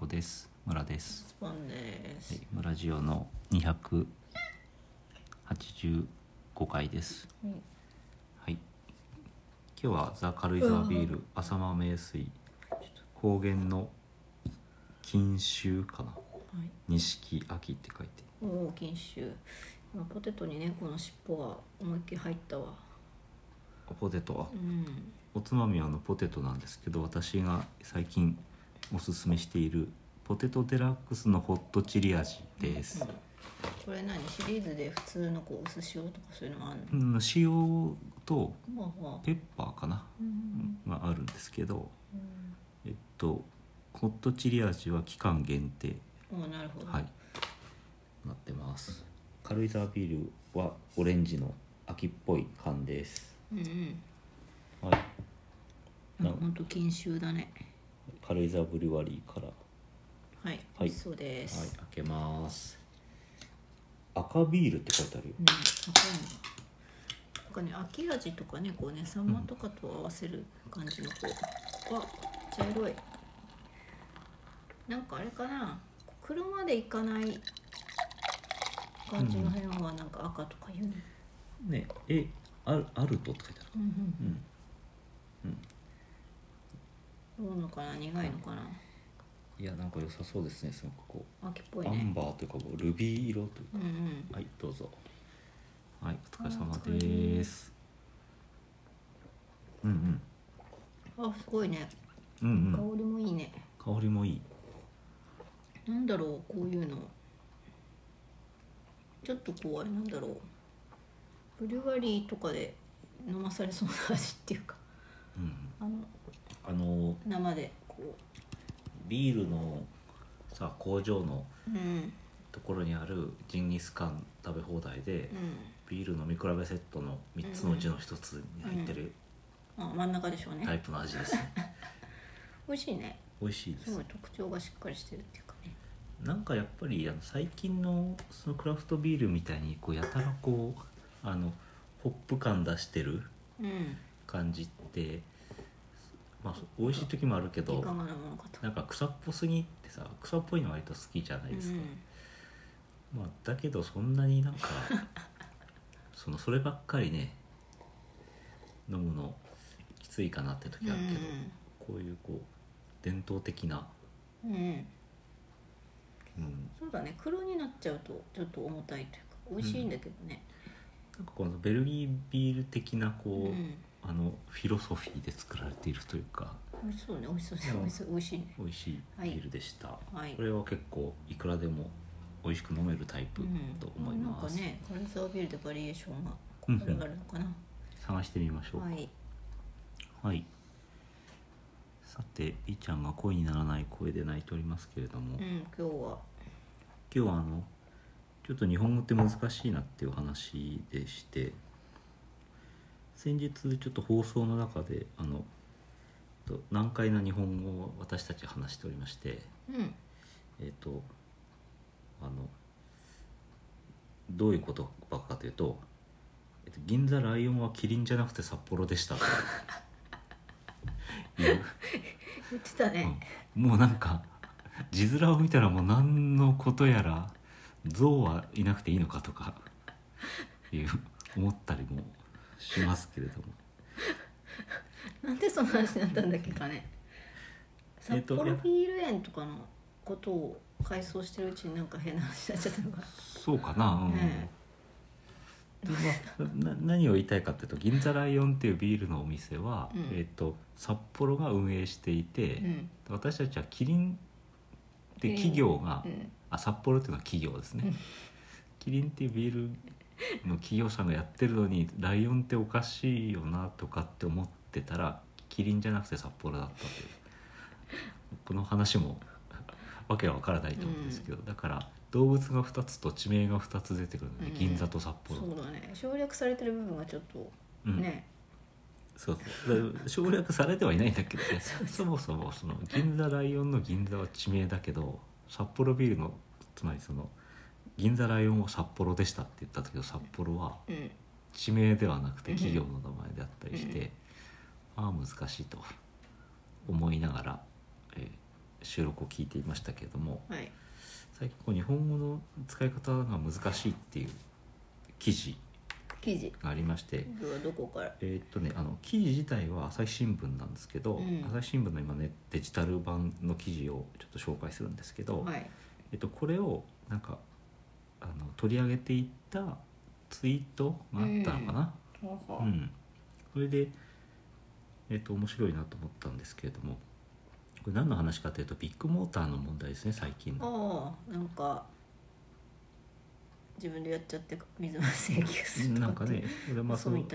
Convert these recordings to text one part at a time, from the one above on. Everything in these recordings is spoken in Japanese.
こです。村です。 スパンです。 村ジオの285回です。はい。今日はザ・軽井沢ビール浅間名水高原の錦秋かな。錦秋って書いて。 おお、錦秋。今ポテトに猫の尻尾が思いっきり入ったわ。 ポテトは、おつまみはポテトなんですけど、私が最近おすすめしているポテトデラックスのホットチリ味です。 これ何シリーズで普通の薄塩とかそういうのあるの？ 塩とペッパーかな、があるんですけど、ホットチリ味は期間限定。 なるほど。 はい、なってます。軽井沢ビールはオレンジの秋っぽい缶です。はい。 本当錦秋だね。 軽井沢ブリュワリーから。 はい。美味しそうです。 はい、開けます。赤ビールって書いてあるよ。 赤いの。なんかね、秋味とかね、こうね、サンマとかと合わせる感じの茶色い。なんかあれかな、黒までいかない感じの辺はなんか赤とかいうの。 ね、アルトって書いてある。 どうのかな、苦いのかな。 いや、なんか良さそうですね。すごくこう秋っぽいね。 アンバーというかルビー色というか。はい、どうぞ。はい、お疲れ様です。 すごいね。香りもいいね。 香りもいい。 なんだろう、こういうの。ちょっとこうあれなんだろう。ブリュワリーとかで飲まされそうな味っていうか。生でこうビールのさ工場のところにあるジンギスカン食べ放題で、ビール飲み比べセットの3つのうちの1つに入ってる、 真ん中でしょうね。 タイプの味ですね。 美味しいね。 美味しいです。 すごい特徴がしっかりしてるっていうかね。 なんかやっぱり最近のそのクラフトビールみたいにこうやたらこうホップ感出してる感じって、美味しい時もあるけど、なんか草っぽすぎってさ、草っぽいの割と好きじゃないですか。だけどそんなになんかそればっかりね飲むのきついかなって時あるけど、こういう伝統的な、 そうだね、黒になっちゃうとちょっと重たいというか美味しいんだけどね、 なんかこのベルギービール的なフィロソフィーで作られているというか、 美味しそうね。美味しそうね。美味しいね。 美味しいビールでした。これは結構いくらでも美味しく飲めるタイプと思います。 なんかね、軽井沢ビールでバリエーションがあるのかな。 探してみましょう。はい。さて、いちゃんが声にならない声で泣いておりますけれども、 今日はちょっと日本語って難しいなっていう話でして、先日ちょっと放送の中で難解な日本語を私たち話しておりまして、どういうことばっかというと、銀座ライオンはキリンじゃなくて札幌でしたと言ってたね。 もうなんか字面を見たらもう何のことやら象はいなくていいのかとか思ったりもしますけれども、 なんでその話になったんだっけかね。札幌ビール園とかのことを回想してるうちになんか変な話になっちゃったのかな。 そうかな。で何を言いたいかというと、銀座ライオンっていうビールのお店は、札幌が運営していて、私たちはキリンって企業が、札幌っていうのは企業ですね。キリンっていうビールの企業さんがやってるのにライオンっておかしいよなとかって思ってたら、キリンじゃなくて札幌だったという、この話もわけはわからないと思うんですけど、だから動物が2つと地名が2つ出てくるので、銀座と札幌。 そうだね、省略されてる部分がちょっとね、 そう省略されてはいないんだけどね。そもそもその銀座ライオンの銀座は地名だけど、札幌ビールのつまり銀座ライオンは札幌でしたって言ったけど、札幌は地名ではなくて企業の名前であったりして、難しいと思いながら、 収録を聞いていましたけれども、 はい、 最近こう日本語の使い方が難しいっていう記事がありまして、 どこから？ 記事自体は朝日新聞なんですけど、朝日新聞の今ねデジタル版の記事をちょっと紹介するんですけど、 はい、 これをなんか取り上げていったツイートがあったのかな、それで、面白いなと思ったんですけれども、これ何の話かというとビッグモーターの問題ですね、最近の。 なんか自分でやっちゃって水増し請求するとかなんかね、その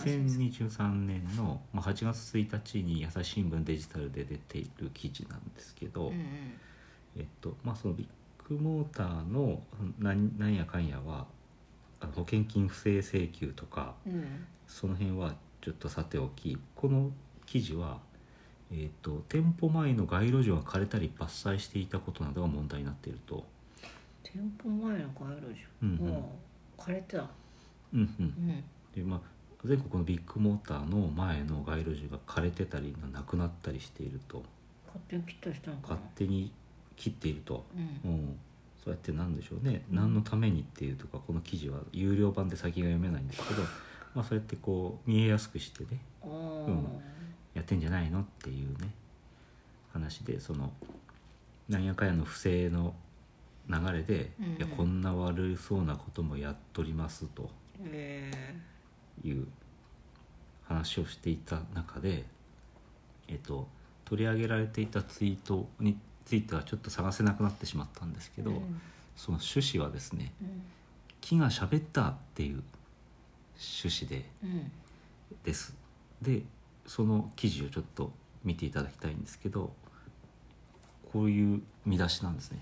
2023年の8月1日に朝日新聞デジタルで出ている記事なんですけど、そのビッグモーターのなんやかんやは保険金不正請求とか、その辺はちょっとさておき、この記事は、店舗前の街路樹が枯れたり伐採していたことなどが問題になっていると。 店舗前の街路樹、枯れてた。 で全国のビッグモーターの前の街路樹が枯れてたりなくなったりしていると。 勝手に切ったりしたのかな。 勝手に切っていると、そうやってなんでしょうね、何のためにっていうとか、この記事は有料版で先が読めないんですけどそうやってこう見えやすくしてね、やってんじゃないのっていうね話で、そのなんやかんやの不正の流れで、いやこんな悪そうなこともやっとりますという話をしていた中で、取り上げられていたツイートについてはちょっと探せなくなってしまったんですけど、その趣旨はですね、木が喋ったっていう趣旨です。でその記事をちょっと見ていただきたいんですけど、こういう見出しなんですね。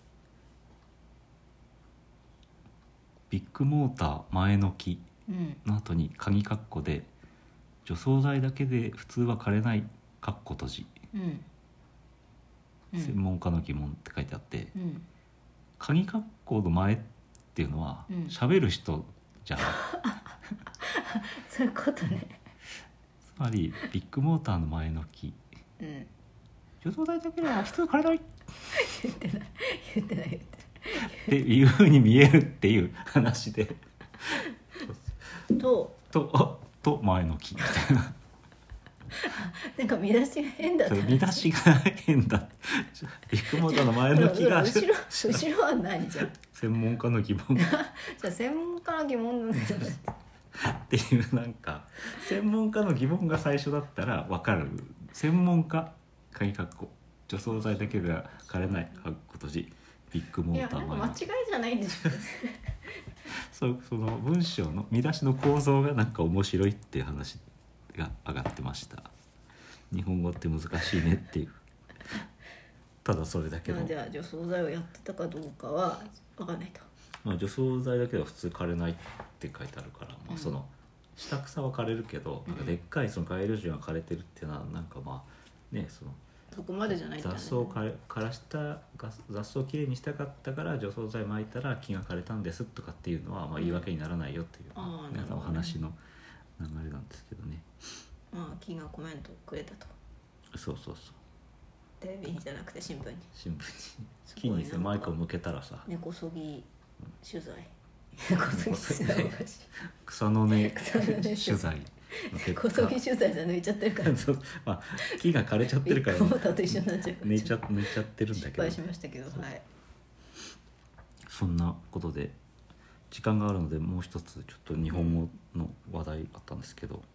ビッグモーター前の木の後に鍵括弧で除草剤だけで普通は枯れない括弧閉じ、専門家の疑問って書いてあって、鍵括弧の前っていうのは喋る人じゃんそういうことね。 つまりビッグモーターの前の木、除草剤だけでは普通枯れない言ってないっていう風に見えるっていう話でと前の木みたいななんか見出しが変だった、 見出しが変だビッグモーターの前の木が後ろは何じゃん専門家の疑問じゃあ専門家の疑問なんじゃないっていう、なんか専門家の疑問が最初だったら分かる。専門家鍵括弧除草剤だけでは枯れない括弧閉じビッグモーター前の木、 いや間違いじゃないんでしょその文章の見出しの構造がなんか面白いっていう話が上がってました。日本語って難しいねっていうただそれだけの、 じゃあ除草剤をやってたかどうかは分かんないと。 除草剤だけでは普通枯れないって書いてあるから、その下草は枯れるけど、なんかでっかいその街路樹が枯れてるっていうのはなんかね、 そこまでじゃないんだね。 雑草を枯らした雑草をきれいにしたかったから除草剤撒いたら木が枯れたんですとかっていうのは言い訳にならないよっていう、お話の流れなんですけどね。 木がコメントくれたと。 そうテレビじゃなくて新聞に木にマイクを向けたらさ、 根こそぎ取材根こそぎ取材草の根取材根こそぎ取材じゃ抜いちゃってるから木が枯れちゃってるからビッグモーターと一緒になっちゃうから抜いちゃってるんだけど、 失敗しましたけど、 そんなことで時間があるのでもう一つちょっと日本語の話題あったんですけど、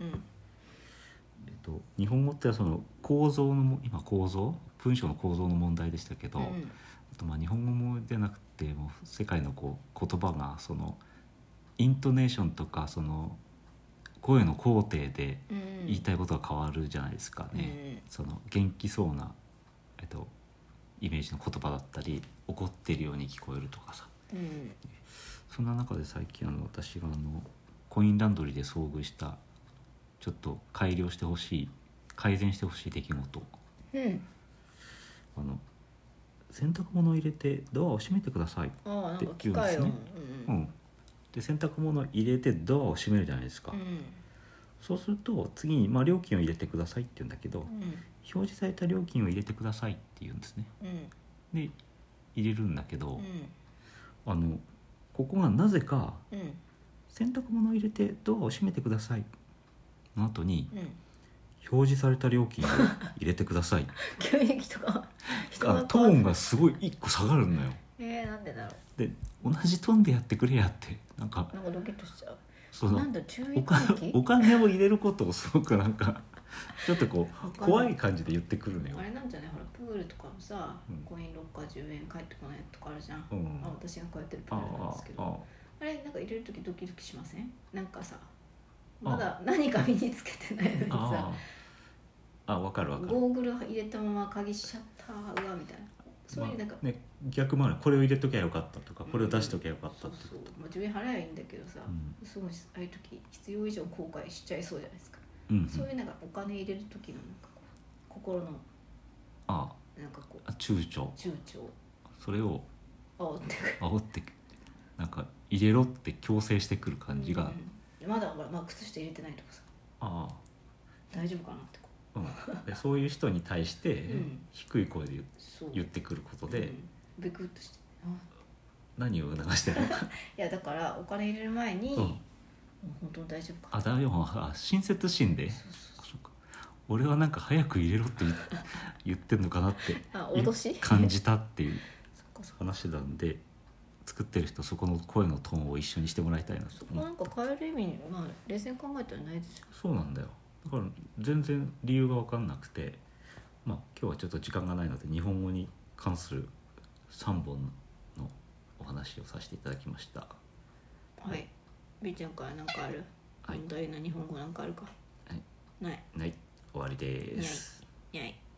日本語ってその構造の文章の構造の問題でしたけど、あと日本語もでなくてもう世界の言葉がそのイントネーションとかその声の高低で言いたいことが変わるじゃないですかね、その元気そうな、イメージの言葉だったり怒ってるように聞こえるとかさ、そんな中で最近私がコインランドリーで遭遇したちょっと改善してほしい出来事、洗濯物を入れてドアを閉めてくださいって言うんですね。で洗濯物を入れてドアを閉めるじゃないですか、そうすると次に、料金を入れてくださいって言うんだけど、表示された料金を入れてくださいって言うんですね。 で入れるんだけど、 うんここがなぜかうん洗濯物を入れてドアを閉めてくださいの後にうん表示された料金を入れてください急に人が人がトーンがすごい1個下がるのよ。 なんでだろで同じトーンでやってくれやってなんかう、なんかドキッとしちゃう。 そのなんだ注意喚起お金を入れることをすごくなんかちょっとこうわかんない怖い感じで言ってくるのよあ。れなんじゃない、ほらプールとかもさ、 うんコインロッカー10円返ってこないとかあるじゃん、 うん私がこうやってるプールなんですけど、あれなんか入れる時ドキドキしません？なんかさまだ何か身につけてないのにさ分かる分かる。 ゴーグル入れたまま鍵しちゃったうわみたいな、そういうなんか、 ね、逆もある。これを入れときゃよかったとか、これを出しときゃよかったそうってそう、まあ、10円払えばいいんだけどさ、 うんすごいああいう時必要以上後悔しちゃいそうじゃないですか、 うんそういうなんかお金入れる時のなんかこう心のあなんかこう躊躇躊躇それを煽ってくる煽ってなんか入れろって強制してくる感じが、 まだほら、まあ、靴下入れてないとかさあ大丈夫かなってこでそういう人に対してん低い声でそう言ってくることで、 ビクッとして何を促してるのかいやだからお金入れる前に、 うんもう本当に大丈夫かなだよ親切心でそうか俺はなんか早く入れろって言ってんのかなって脅し感じたっていうそっかそっか、 話なんで、作ってる人そこの声のトーンを一緒にしてもらいたいなと思う。 なんか変える意味に、まあ、冷静に考えたらないですよ。 そうなんだよ。だから全然理由が分かんなくて、まあ今日はちょっと時間がないので日本語に関する3本のお話をさせていただきました。 はい。B ちゃんから何かある？ はい問題な日本語なんかあるか？ はい、 ない。 ない。終わりです。 にゃい。